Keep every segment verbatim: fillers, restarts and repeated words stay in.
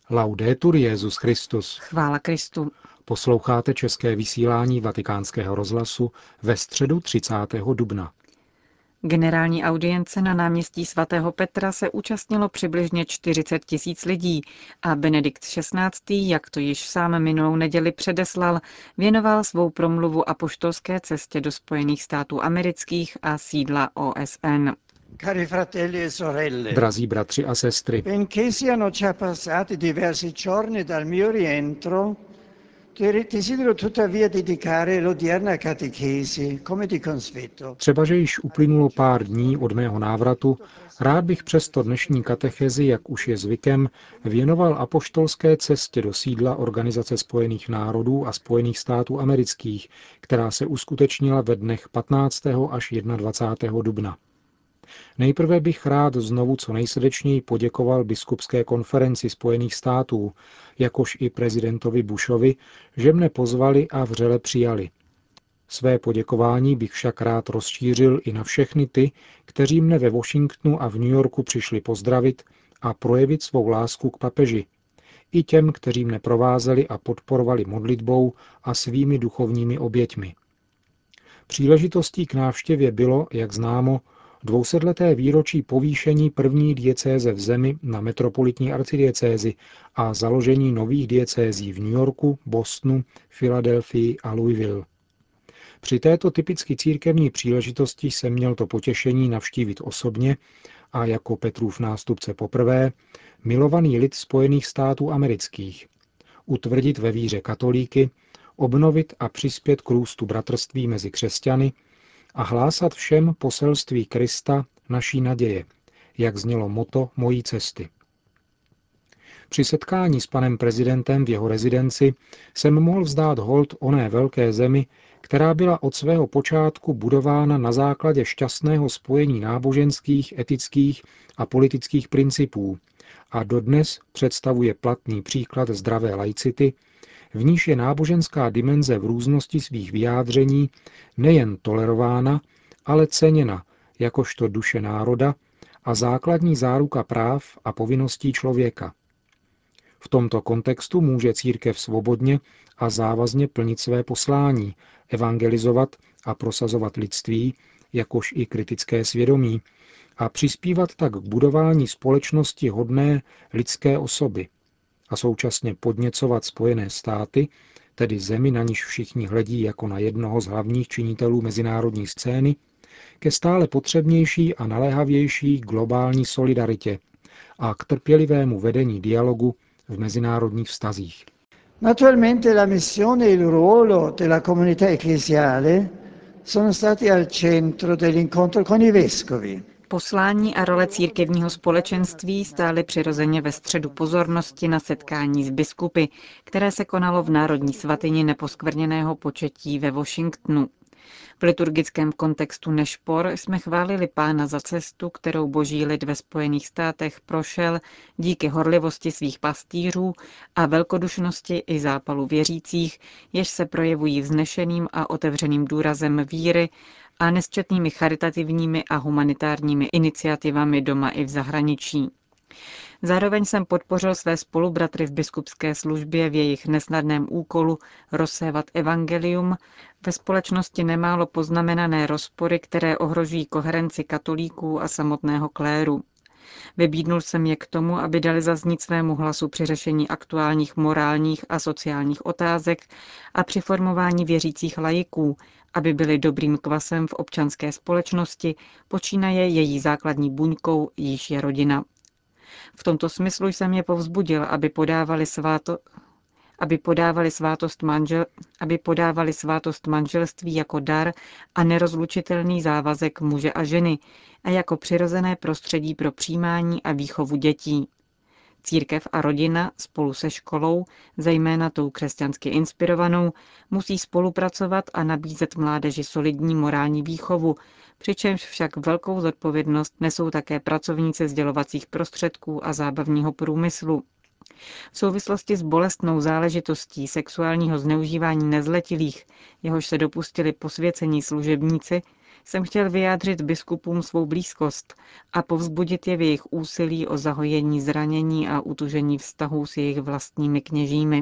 Laudetur Jesus Christus. Chvála Kristu. Posloucháte české vysílání Vatikánského rozhlasu ve středu třicátého dubna. Generální audience na náměstí svatého Petra se účastnilo přibližně čtyřicet tisíc lidí a Benedikt šestnáctý., jak to již sám minulou neděli předeslal, věnoval svou promluvu apoštolské cestě do Spojených států amerických a sídla O S N. Cari fratelli e sorelle, Drazí bratři a sestry, benché siano già passati diversi giorni dal mio rientro, desidero tuttavia dedicare l'odierna catechesi come di consueto. třeba že již uplynulo pár dní od mého návratu, rád bych přesto dnešní katechezi, jak už je zvykem, věnoval apoštolské cestě do sídla Organizace spojených národů a Spojených států amerických, která se uskutečnila ve dnech patnáctého až dvacátého prvního dubna. Nejprve bych rád znovu co nejsrdečněji poděkoval biskupské konferenci Spojených států, jakož i prezidentovi Bushovi, že mne pozvali a vřele přijali. Své poděkování bych však rád rozšířil i na všechny ty, kteří mne ve Washingtonu a v New Yorku přišli pozdravit a projevit svou lásku k papeži. I těm, kteří mne provázeli a podporovali modlitbou a svými duchovními oběťmi. Příležitostí k návštěvě bylo, jak známo, dvousetleté výročí povýšení první diecéze v zemi na metropolitní arcidiecézi a založení nových diecézí v New Yorku, Bostonu, Filadelfii a Louisville. Při této typicky církevní příležitosti jsem měl to potěšení navštívit osobně a jako Petrův nástupce poprvé milovaný lid Spojených států amerických, utvrdit ve víře katolíky, obnovit a přispět k růstu bratrství mezi křesťany a hlásat všem poselství Krista, naší naděje, jak znělo motto mojí cesty. Při setkání s panem prezidentem v jeho rezidenci jsem mohl vzdát hold oné velké zemi, která byla od svého počátku budována na základě šťastného spojení náboženských, etických a politických principů a dodnes představuje platný příklad zdravé laicity, v níž je náboženská dimenze v různosti svých vyjádření nejen tolerována, ale ceněna jakožto duše národa a základní záruka práv a povinností člověka. V tomto kontextu může církev svobodně a závazně plnit své poslání, evangelizovat a prosazovat lidství, jakož i kritické svědomí, a přispívat tak k budování společnosti hodné lidské osoby a současně podněcovat Spojené státy, tedy zemi, na níž všichni hledí jako na jednoho z hlavních činitelů mezinárodní scény, ke stále potřebnější a naléhavější globální solidaritě a k trpělivému vedení dialogu v mezinárodních vztazích. Naturalmente la missione e il ruolo della comunità ecclesiale sono stati al centro dell'incontro con i vescovi. Poslání a role církevního společenství stály přirozeně ve středu pozornosti na setkání s biskupy, které se konalo v Národní svatyni neposkvrněného početí ve Washingtonu. V liturgickém kontextu nešpor jsme chválili Pána za cestu, kterou boží lid ve Spojených státech prošel díky horlivosti svých pastýřů a velkodušnosti i zápalu věřících, jež se projevují vznešeným a otevřeným důrazem víry a nesčetnými charitativními a humanitárními iniciativami doma i v zahraničí. Zároveň jsem podpořil své spolubratry v biskupské službě v jejich nesnadném úkolu rozsévat evangelium ve společnosti nemálo poznamenané rozpory, které ohrožují koherenci katolíků a samotného kléru. Vybídnul jsem je k tomu, aby dali zaznít svému hlasu při řešení aktuálních morálních a sociálních otázek a při formování věřících laiků, aby byli dobrým kvasem v občanské společnosti, počínaje její základní buňkou, jíž je rodina. V tomto smyslu jsem je povzbudil, aby podávali, sváto, aby, podávali svátost manžel, aby podávali svátost manželství jako dar a nerozlučitelný závazek muže a ženy a jako přirozené prostředí pro přijímání a výchovu dětí. Církev a rodina spolu se školou, zejména tou křesťansky inspirovanou, musí spolupracovat a nabízet mládeži solidní morální výchovu, přičemž však velkou zodpovědnost nesou také pracovníci sdělovacích prostředků a zábavního průmyslu. V souvislosti s bolestnou záležitostí sexuálního zneužívání nezletilých, jehož se dopustili posvěcení služebníci, jsem chtěl vyjádřit biskupům svou blízkost a povzbudit je v jejich úsilí o zahojení zranění a utužení vztahů s jejich vlastními kněžími.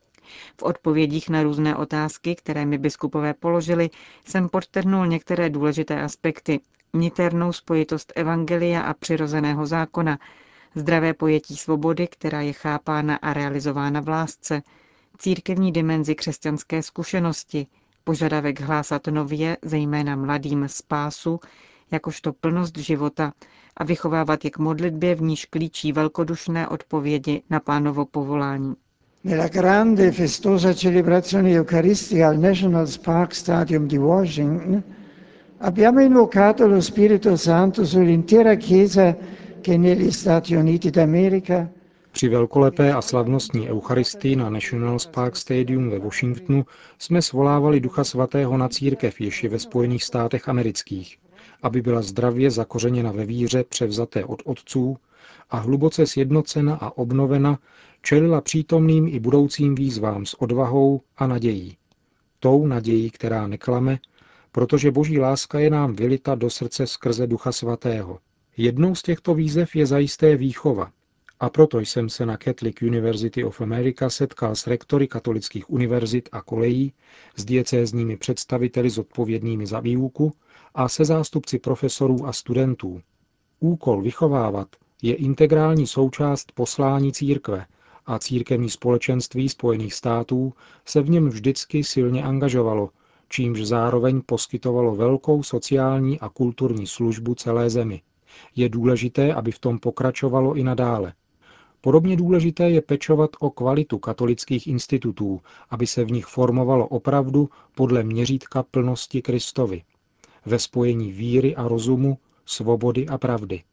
V odpovědích na různé otázky, které mi biskupové položili, jsem podtrhnul některé důležité aspekty. Niternou spojitost evangelia a přirozeného zákona, zdravé pojetí svobody, která je chápána a realizována v lásce, církevní dimenzi křesťanské zkušenosti, požadavek hlásat nově, zejména mladým, spásu, jakožto plnost života a vychovávat je k modlitbě, v níž klíčí velkodušné odpovědi na Pánovo povolání. Nella grande festosa celebrazione eucaristica al National Park Stadium di Washington abbiamo invocato lo Spirito Santo sull'intera Chiesa che negli Stati Uniti d'America. Při velkolepé a slavnostní eucharistii na National Park Stadium ve Washingtonu jsme svolávali Ducha Svatého na církev, jež je ve Spojených státech amerických, aby byla zdravě zakořeněna ve víře převzaté od otců a hluboce sjednocena a obnovena čelila přítomným i budoucím výzvám s odvahou a nadějí. Tou nadějí, která neklame, protože Boží láska je nám vylita do srdce skrze Ducha Svatého. Jednou z těchto výzev je zajisté výchova. A proto jsem se na Catholic University of America setkal s rektory katolických univerzit a kolejí, s diecézními představiteli zodpovědnými za výuku a se zástupci profesorů a studentů. Úkol vychovávat je integrální součást poslání církve a církevní společenství Spojených států se v něm vždycky silně angažovalo, čímž zároveň poskytovalo velkou sociální a kulturní službu celé zemi. Je důležité, aby v tom pokračovalo i nadále. Podobně důležité je pečovat o kvalitu katolických institutů, aby se v nich formovalo opravdu podle měřítka plnosti Kristovy, ve spojení víry a rozumu, svobody a pravdy.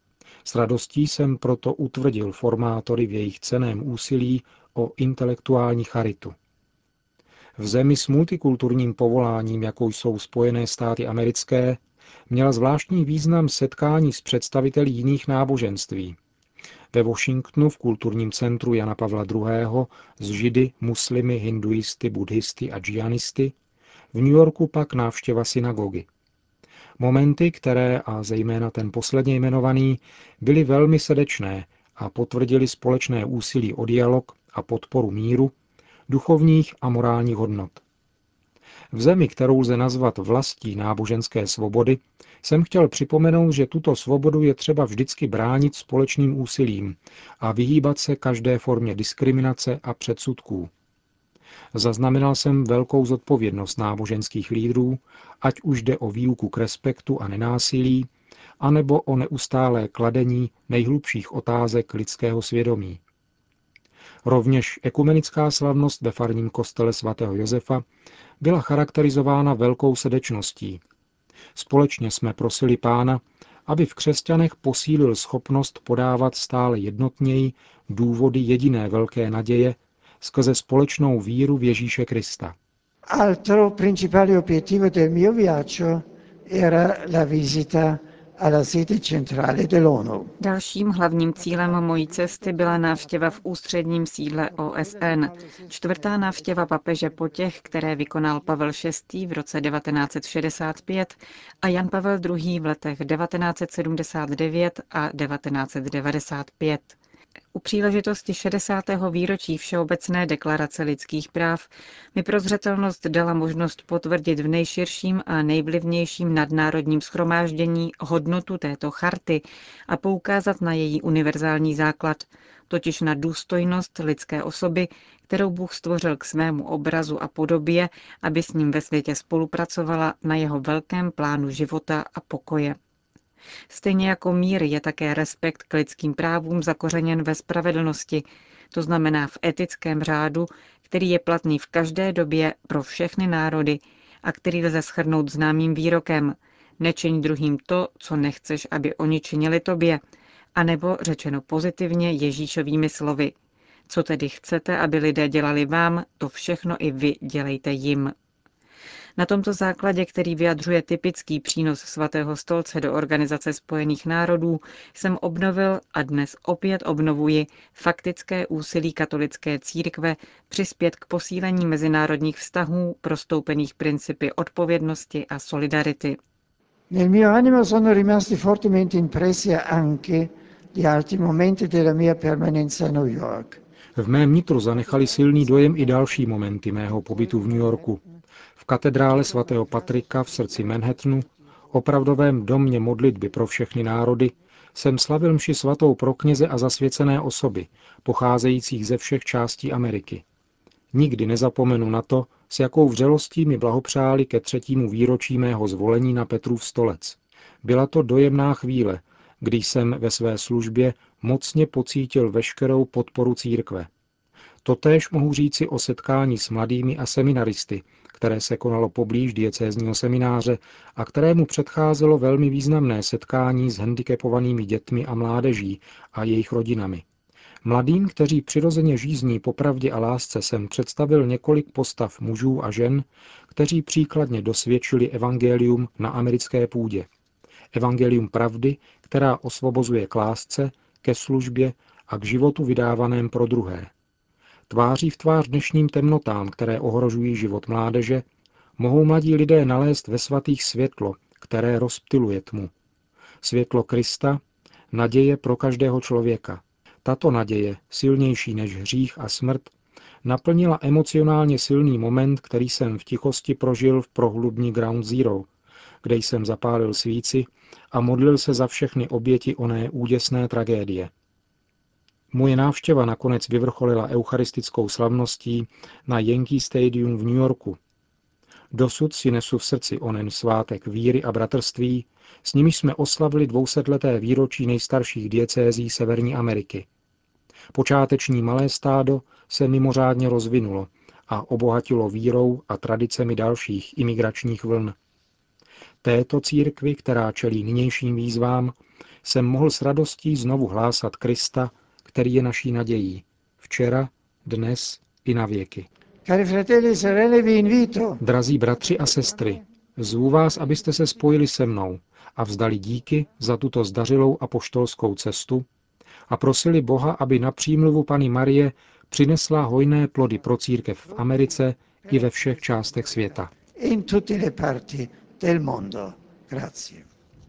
S radostí jsem proto utvrdil formátory v jejich cenném úsilí o intelektuální charitu. V zemi s multikulturním povoláním, jakou jsou Spojené státy americké, měla zvláštní význam setkání s představiteli jiných náboženství. Ve Washingtonu v kulturním centru Jana Pavla druhého. s Židy, muslimy, hinduisty, buddhisty a džianisty, v New Yorku pak návštěva synagogy. Momenty, které, a zejména ten posledně jmenovaný, byly velmi srdečné a potvrdili společné úsilí o dialog a podporu míru, duchovních a morálních hodnot. V zemi, kterou lze nazvat vlastí náboženské svobody, jsem chtěl připomenout, že tuto svobodu je třeba vždycky bránit společným úsilím a vyhýbat se každé formě diskriminace a předsudků. Zaznamenal jsem velkou zodpovědnost náboženských lídrů, ať už jde o výuku k respektu a nenásilí, anebo o neustálé kladení nejhlubších otázek lidského svědomí. Rovněž ekumenická slavnost ve farním kostele svatého Josefa byla charakterizována velkou srdečností. Společně jsme prosili Pána, aby v křesťanech posílil schopnost podávat stále jednotněji důvody jediné velké naděje skrze společnou víru v Ježíše Krista. Altro principale obiettivo del mio viaggio era la visita alla sede centrale dell'ONU. Dalším hlavním cílem mojí cesty byla návštěva v ústředním sídle O S N. Čtvrtá návštěva papeže po těch, které vykonal Pavel šestý. v roce devatenáct set šedesát pět a Jan Pavel druhý. v letech devatenáct set sedmdesát devět a devatenáct set devadesát pět. U příležitosti šedesátého výročí Všeobecné deklarace lidských práv mi prozřetelnost dala možnost potvrdit v nejširším a nejvlivnějším nadnárodním shromáždění hodnotu této charty a poukázat na její univerzální základ, totiž na důstojnost lidské osoby, kterou Bůh stvořil k svému obrazu a podobě, aby s ním ve světě spolupracovala na jeho velkém plánu života a pokoje. Stejně jako mír je také respekt k lidským právům zakořeněn ve spravedlnosti, to znamená v etickém řádu, který je platný v každé době pro všechny národy a který lze shrnout známým výrokem: nečiň druhým to, co nechceš, aby oni činili tobě, anebo řečeno pozitivně Ježíšovými slovy: co tedy chcete, aby lidé dělali vám, to všechno i vy dělejte jim. Na tomto základě, který vyjadřuje typický přínos svatého stolce do Organizace spojených národů, jsem obnovil a dnes opět obnovuji faktické úsilí katolické církve přispět k posílení mezinárodních vztahů prostoupených principy odpovědnosti a solidarity. Nel mio animo sono rimasti fortemente impressi anche gli altri momenti della mia permanenza a New York. V mém nitru zanechali silný dojem i další momenty mého pobytu v New Yorku. V katedrále svatého Patrika v srdci Manhattanu, opravdovém domě modlitby pro všechny národy, jsem slavil mši svatou pro kněze a zasvěcené osoby, pocházejících ze všech částí Ameriky. Nikdy nezapomenu na to, s jakou vřelostí mi blahopřáli ke třetímu výročí mého zvolení na Petrův stolec. Byla to dojemná chvíle, když jsem ve své službě mocně pocítil veškerou podporu církve. Totéž mohu říci o setkání s mladými a seminaristy, které se konalo poblíž diecézního semináře a kterému předcházelo velmi významné setkání s handicapovanými dětmi a mládeží a jejich rodinami. Mladým, kteří přirozeně žízní po pravdě a lásce, jsem představil několik postav mužů a žen, kteří příkladně dosvědčili evangelium na americké půdě. Evangelium pravdy, která osvobozuje k lásce, ke službě a k životu vydávaném pro druhé. Tváří v tvář dnešním temnotám, které ohrožují život mládeže, mohou mladí lidé nalézt ve svatých světlo, které rozptyluje tmu. Světlo Krista, naděje pro každého člověka. Tato naděje, silnější než hřích a smrt, naplnila emocionálně silný moment, který jsem v tichosti prožil v prohlubní Ground Zero, kde jsem zapálil svíci a modlil se za všechny oběti oné úděsné tragédie. Moje návštěva nakonec vyvrcholila eucharistickou slavností na Yankee Stadium v New Yorku. Dosud si nesu v srdci onen svátek víry a bratrství, s nimiž jsme oslavili dvousetleté výročí nejstarších diecézí Severní Ameriky. Počáteční malé stádo se mimořádně rozvinulo a obohatilo vírou a tradicemi dalších imigračních vln. Této církvi, která čelí nynějším výzvám, jsem mohl s radostí znovu hlásat Krista, který je naší nadějí, včera, dnes i na věky. Drazí bratři a sestry, zvu vás, abyste se spojili se mnou a vzdali díky za tuto zdařilou apoštolskou cestu a prosili Boha, aby na přímluvu Panny Marie přinesla hojné plody pro církev v Americe i ve všech částech světa. In tutte le parti del mondo. Grazie.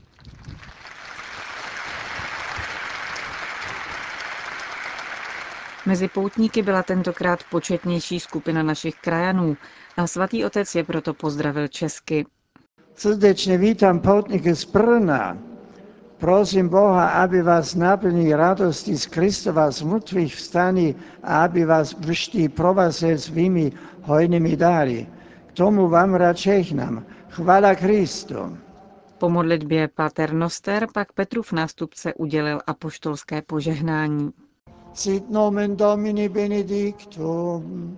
Mezi poutníky byla tentokrát početnější skupina našich krajanů a svatý otec je proto pozdravil česky. Srdečně vítám poutníky z Brna. Prosím Boha, aby vás naplnil radosti z Kristova z mrtvých vstání a aby vás vždy provázel svými hojnými dary. K tomu vám rád žehnám. Chvála Kristu. Po modlitbě Pater Noster pak Petrův nástupce udělil apoštolské požehnání. Sit nomen Domini benedictum.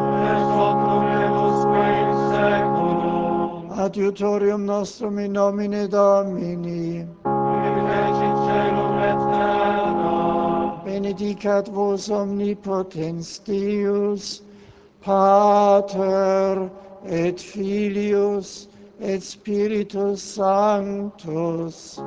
Adiutorium nostrum in nomine Domini. Benedicat vos omnipotens Deus, Pater et Filius et Spiritus Sanctus.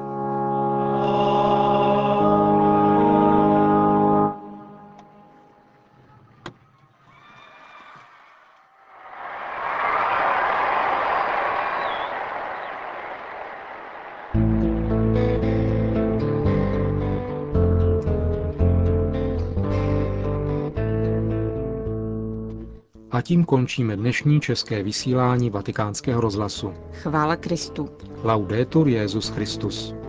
A tím končíme dnešní české vysílání Vatikánského rozhlasu. Chvála Kristu. Laudetur Jesus Christus.